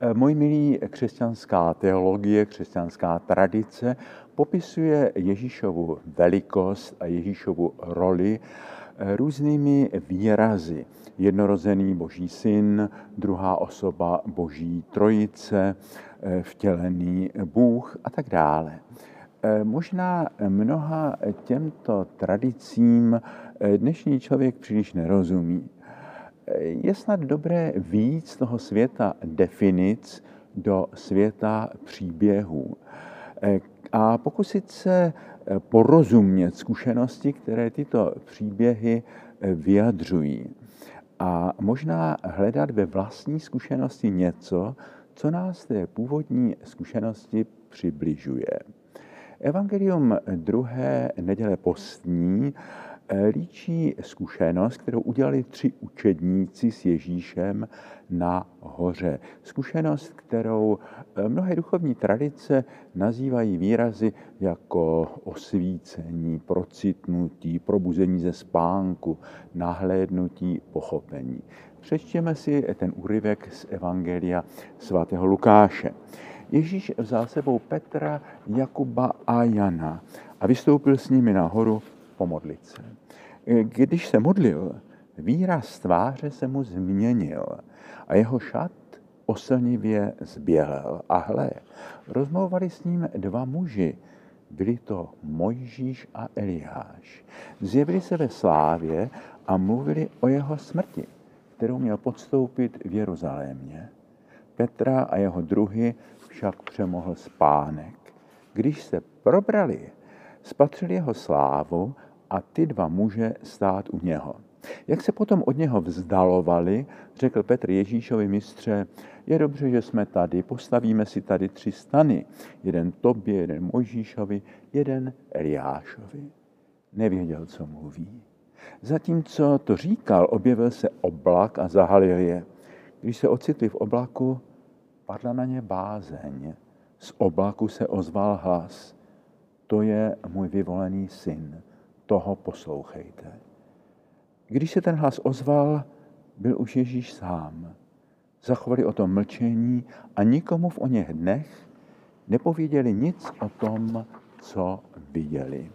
Můj milý, křesťanská teologie, křesťanská tradice popisuje Ježíšovu velikost a Ježíšovu roli různými výrazy. Jednorozený Boží syn, druhá osoba Boží trojice, vtělený Bůh a tak dále. Možná mnoha těmto tradicím dnešní člověk příliš nerozumí. Je snad dobré vyjít z toho světa definic do světa příběhů a pokusit se porozumět zkušenosti, které tyto příběhy vyjadřují. A možná hledat ve vlastní zkušenosti něco, co nás té původní zkušenosti přibližuje. Evangelium druhé neděle postní líčí zkušenost, kterou udělali 3 učedníci s Ježíšem na hoře. Zkušenost, kterou mnohé duchovní tradice nazývají výrazy jako osvícení, procitnutí, probuzení ze spánku, nahlédnutí, pochopení. Přečtěme si ten úryvek z Evangelia svatého Lukáše. Ježíš vzal sebou Petra, Jakuba a Jana a vystoupil s nimi nahoru pomodlit se. Když se modlil, výraz tváře se mu změnil a jeho šat oslnivě zbělel. A hle, rozmlouvali s ním 2 muži. Byli to Mojžíš a Eliáš. Zjevili se ve slávě a mluvili o jeho smrti, kterou měl podstoupit v Jeruzalémě. Petra a jeho druhy však přemohl spánek. Když se probrali, spatřili jeho slávu a ty 2 muže stát u něho. Jak se potom od něho vzdalovali, řekl Petr Ježíšovi: Mistře, je dobře, že jsme tady, postavíme si tady 3 stany. Jeden tobě, jeden Mojžíšovi, jeden Eliášovi. Nevěděl, co mluví. Zatímco to říkal, objevil se oblak a zahalil je. Když se ocitli v oblaku, padla na ně bázeň. Z oblaku se ozval hlas: To je můj vyvolený syn, toho poslouchejte. Když se ten hlas ozval, byl už Ježíš sám. Zachovali o tom mlčení a nikomu v oněch dnech nepověděli nic o tom, co viděli.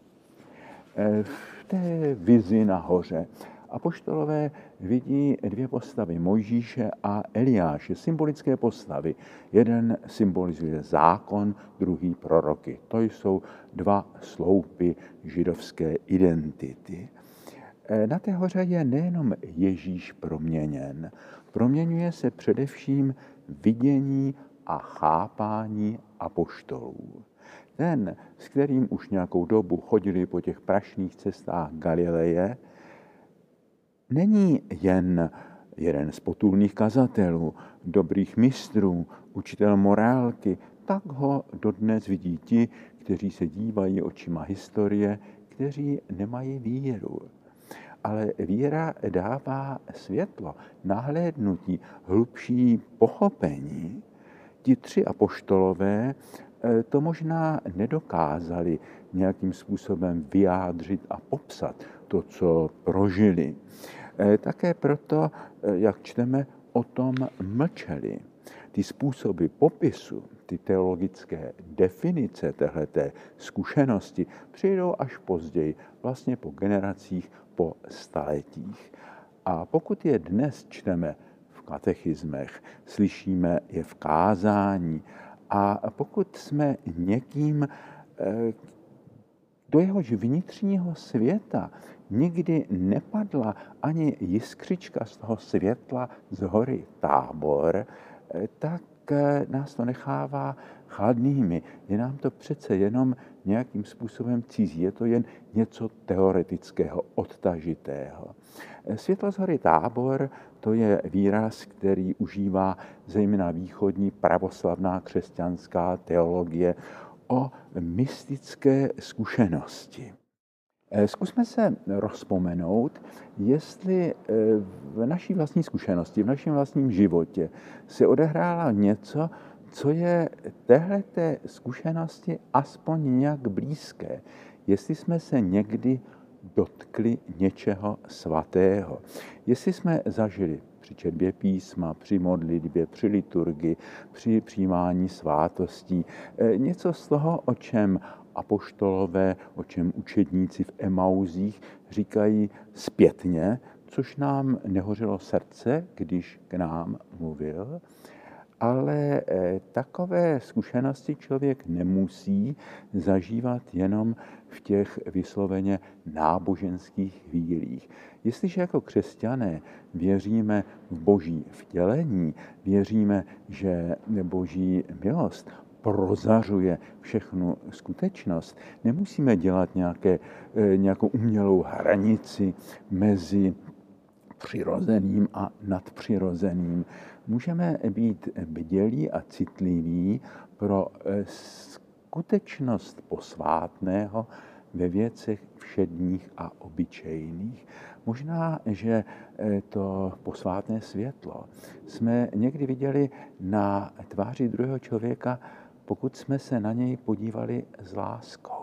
V té vizi nahoře apoštolové vidí 2 postavy, Mojžíše a Eliáše, symbolické postavy. Jeden symbolizuje zákon, druhý proroky. To jsou 2 sloupy židovské identity. Na té hoře je nejenom Ježíš proměněn. Proměňuje se především vidění a chápání apoštolů. Ten, s kterým už nějakou dobu chodili po těch prašných cestách Galileje, není jen jeden z potulných kazatelů, dobrých mistrů, učitel morálky. Tak ho dodnes vidí ti, kteří se dívají očima historie, kteří nemají víru. Ale víra dává světlo, nahlédnutí, hlubší pochopení. Ti 3 apoštolové to možná nedokázali nějakým způsobem vyjádřit a popsat to, co prožili. Také proto, jak čteme, o tom mlčeli. Ty způsoby popisu, ty teologické definice téhleté zkušenosti přijdou až později, vlastně po generacích, po staletích. A pokud je dnes čteme v katechismech, slyšíme je v kázání, a pokud jsme někým, do jehož vnitřního světa nikdy nepadla ani jiskřička z toho světla z hory Tábor, tak nás to nechává chladnými. Je nám to přece jenom nějakým způsobem cizí. Je to jen něco teoretického, odtažitého. Světlo z hory Tábor, to je výraz, který užívá zejména východní pravoslavná křesťanská teologie o mystické zkušenosti. Zkusme se rozpomenout, jestli v naší vlastní zkušenosti, v našem vlastním životě se odehrálo něco, co je téhleté zkušenosti aspoň nějak blízké. Jestli jsme se někdy dotkli něčeho svatého. Jestli jsme zažili při četbě písma, při modlitbě, při liturgii, při přijímání svátostí. Něco z toho, o čem apoštolové, o čem učedníci v Emauzích říkají zpětně, což nám nehořelo srdce, když k nám mluvil, ale takové zkušenosti člověk nemusí zažívat jenom v těch vysloveně náboženských chvílích. Jestliže jako křesťané věříme v Boží vtělení, věříme, že Boží milost prozařuje všechnu skutečnost, nemusíme dělat nějakou umělou hranici mezi přirozeným a nadpřirozeným. Můžeme být bdělí a citliví pro skutečnost posvátného ve věcech všedních a obyčejných. Možná, že to posvátné světlo jsme někdy viděli na tváři druhého člověka, pokud jsme se na něj podívali s láskou.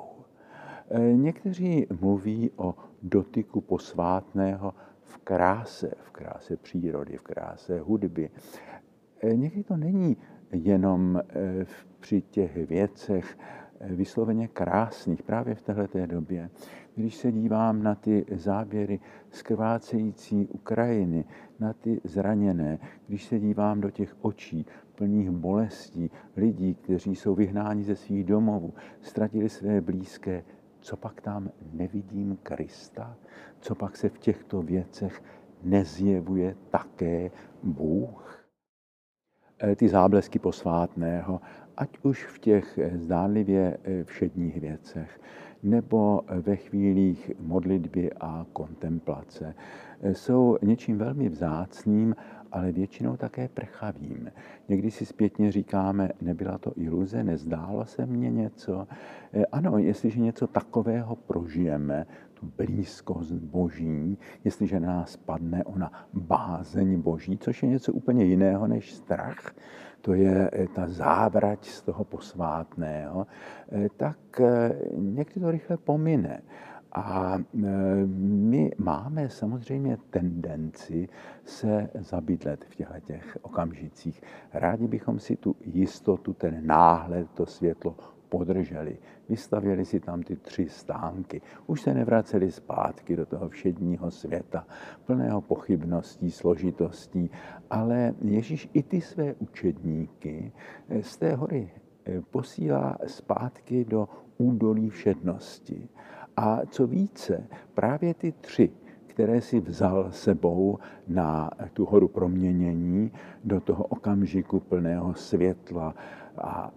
Někteří mluví o dotyku posvátného v kráse přírody, v kráse hudby. Někdy to není jenom při těch věcech vysloveně krásných, právě v této době. Když se dívám na ty záběry z krvácející Ukrajiny, na ty zraněné, když se dívám do těch očí plných bolestí lidí, kteří jsou vyhnáni ze svých domovů, ztratili své blízké, co pak tam nevidím Krista? Co pak se v těchto věcech nezjevuje také Bůh? Ty záblesky posvátného, ať už v těch zdánlivě všedních věcech, nebo ve chvílích modlitby a kontemplace, jsou něčím velmi vzácným, ale většinou také prchavým. Někdy si zpětně říkáme, nebyla to iluze, nezdálo se mně něco. Ano, jestliže něco takového prožijeme, tu blízkost Boží, jestliže na nás padne ona bázeň Boží, což je něco úplně jiného než strach, to je ta závrať z toho posvátného, tak někdy to rychle pomine. A my máme samozřejmě tendenci se zabydlet v těch okamžicích. Rádi bychom si tu jistotu, ten náhled, to světlo podrželi. Vystavěli si tam ty 3 stánky. Už se nevraceli zpátky do toho všedního světa, plného pochybností, složitostí, ale Ježíš i ty své učedníky z té hory posílá zpátky do údolí všednosti. A co více, právě ty 3, které si vzal sebou na tu horu proměnění, do toho okamžiku plného světla a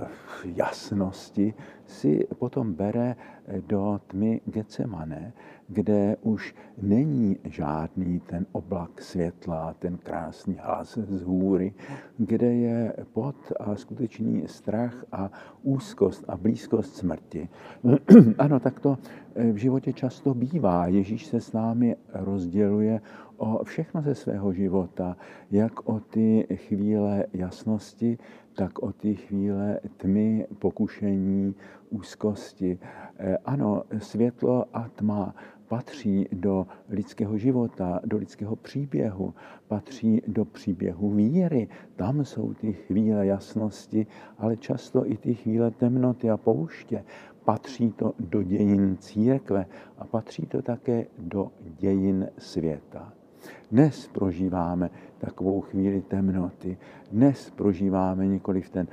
jasnosti, si potom bere do tmy Getsemane, kde už není žádný ten oblak světla, ten krásný hlas z hůry, kde je pot a skutečný strach a úzkost a blízkost smrti. Ano, tak to v životě často bývá. Ježíš se s námi rozděluje o všechno ze svého života, jak o ty chvíle jasnosti, tak o ty chvíle tmy, pokušení, úzkosti. Ano, světlo a tma patří do lidského života, do lidského příběhu, patří do příběhu víry. Tam jsou ty chvíle jasnosti, ale často i ty chvíle temnoty a pouště. Patří to do dějin církve a patří to také do dějin světa. Dnes prožíváme takovou chvíli temnoty, dnes prožíváme nikoliv ten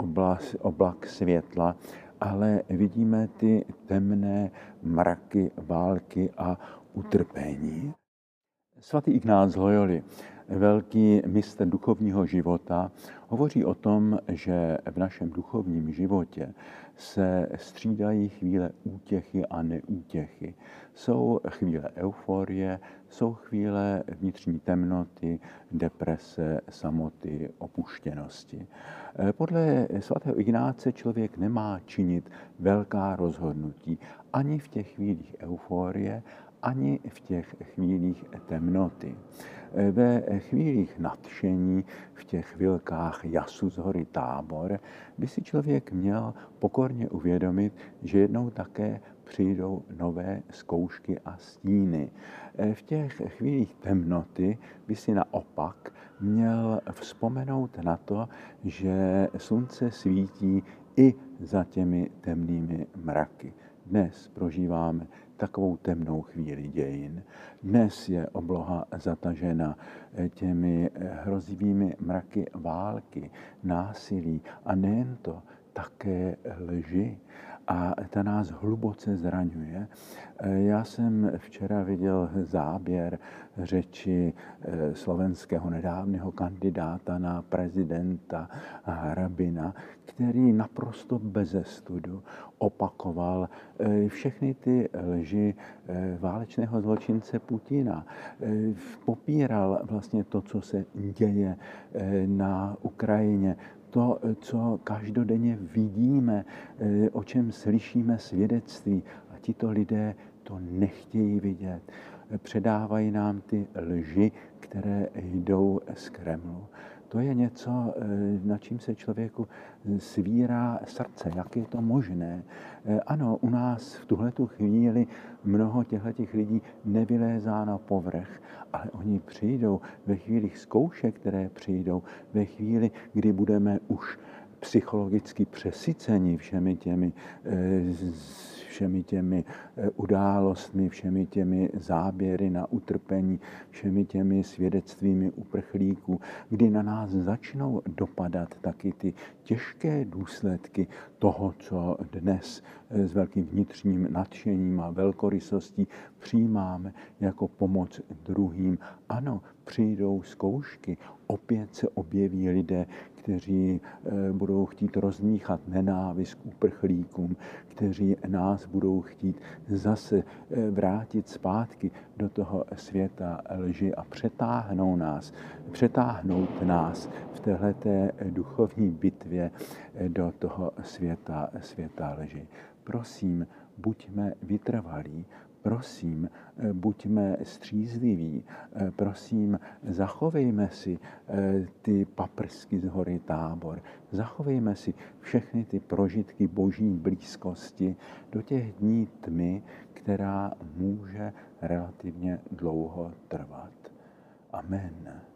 oblak světla, ale vidíme ty temné mraky války a utrpení. Svatý Ignác z Loyoli, velký mistr duchovního života, hovoří o tom, že v našem duchovním životě se střídají chvíle útěchy a neútěchy. Jsou chvíle euforie, jsou chvíle vnitřní temnoty, deprese, samoty, opuštěnosti. Podle svatého Ignáce člověk nemá činit velká rozhodnutí ani v těch chvílích euforie, ani v těch chvílích temnoty. Ve chvílích nadšení, v těch chvilkách jasu z hory Tábor, by si člověk měl pokorně uvědomit, že jednou také přijdou nové zkoušky a stíny. V těch chvílích temnoty by si naopak měl vzpomenout na to, že slunce svítí i za těmi temnými mraky. Dnes prožíváme takovou temnou chvíli dějin. Dnes je obloha zatažena těmi hrozivými mraky války, násilí a nejen to, také lži. A ta nás hluboce zraňuje. Já jsem včera viděl záběr řeči slovenského nedávného kandidáta na prezidenta Harabina, který naprosto beze studu opakoval všechny ty lži válečného zločince Putina. Popíral vlastně to, co se děje na Ukrajině, to, co každodenně vidíme, o čem slyšíme svědectví. A tito lidé to nechtějí vidět. Předávají nám ty lži, které jdou z Kremlu. To je něco, na čím se člověku svírá srdce. Jak je to možné? Ano, u nás v tuhletu chvíli mnoho těchto lidí nevylézá na povrch, ale oni přijdou ve chvílích zkoušek, které přijdou, ve chvíli, kdy budeme už psychologicky přesyceni všemi těmi událostmi, všemi těmi záběry na utrpení, všemi těmi svědectvími uprchlíků, kdy na nás začnou dopadat taky ty těžké důsledky toho, co dnes s velkým vnitřním nadšením a velkorysostí přijímáme jako pomoc druhým. Ano, přijdou zkoušky, opět se objeví lidé, kteří budou chtít rozmíchat nenávist k uprchlíkům, kteří nás budou chtít zase vrátit zpátky do toho světa lži a přetáhnout nás v téhleté duchovní bitvě do toho světa lži. Prosím, buďme vytrvalí. Prosím, buďme střízliví, prosím, zachovejme si ty paprsky z hory Tábor, zachovejme si všechny ty prožitky boží blízkosti do těch dní tmy, která může relativně dlouho trvat. Amen.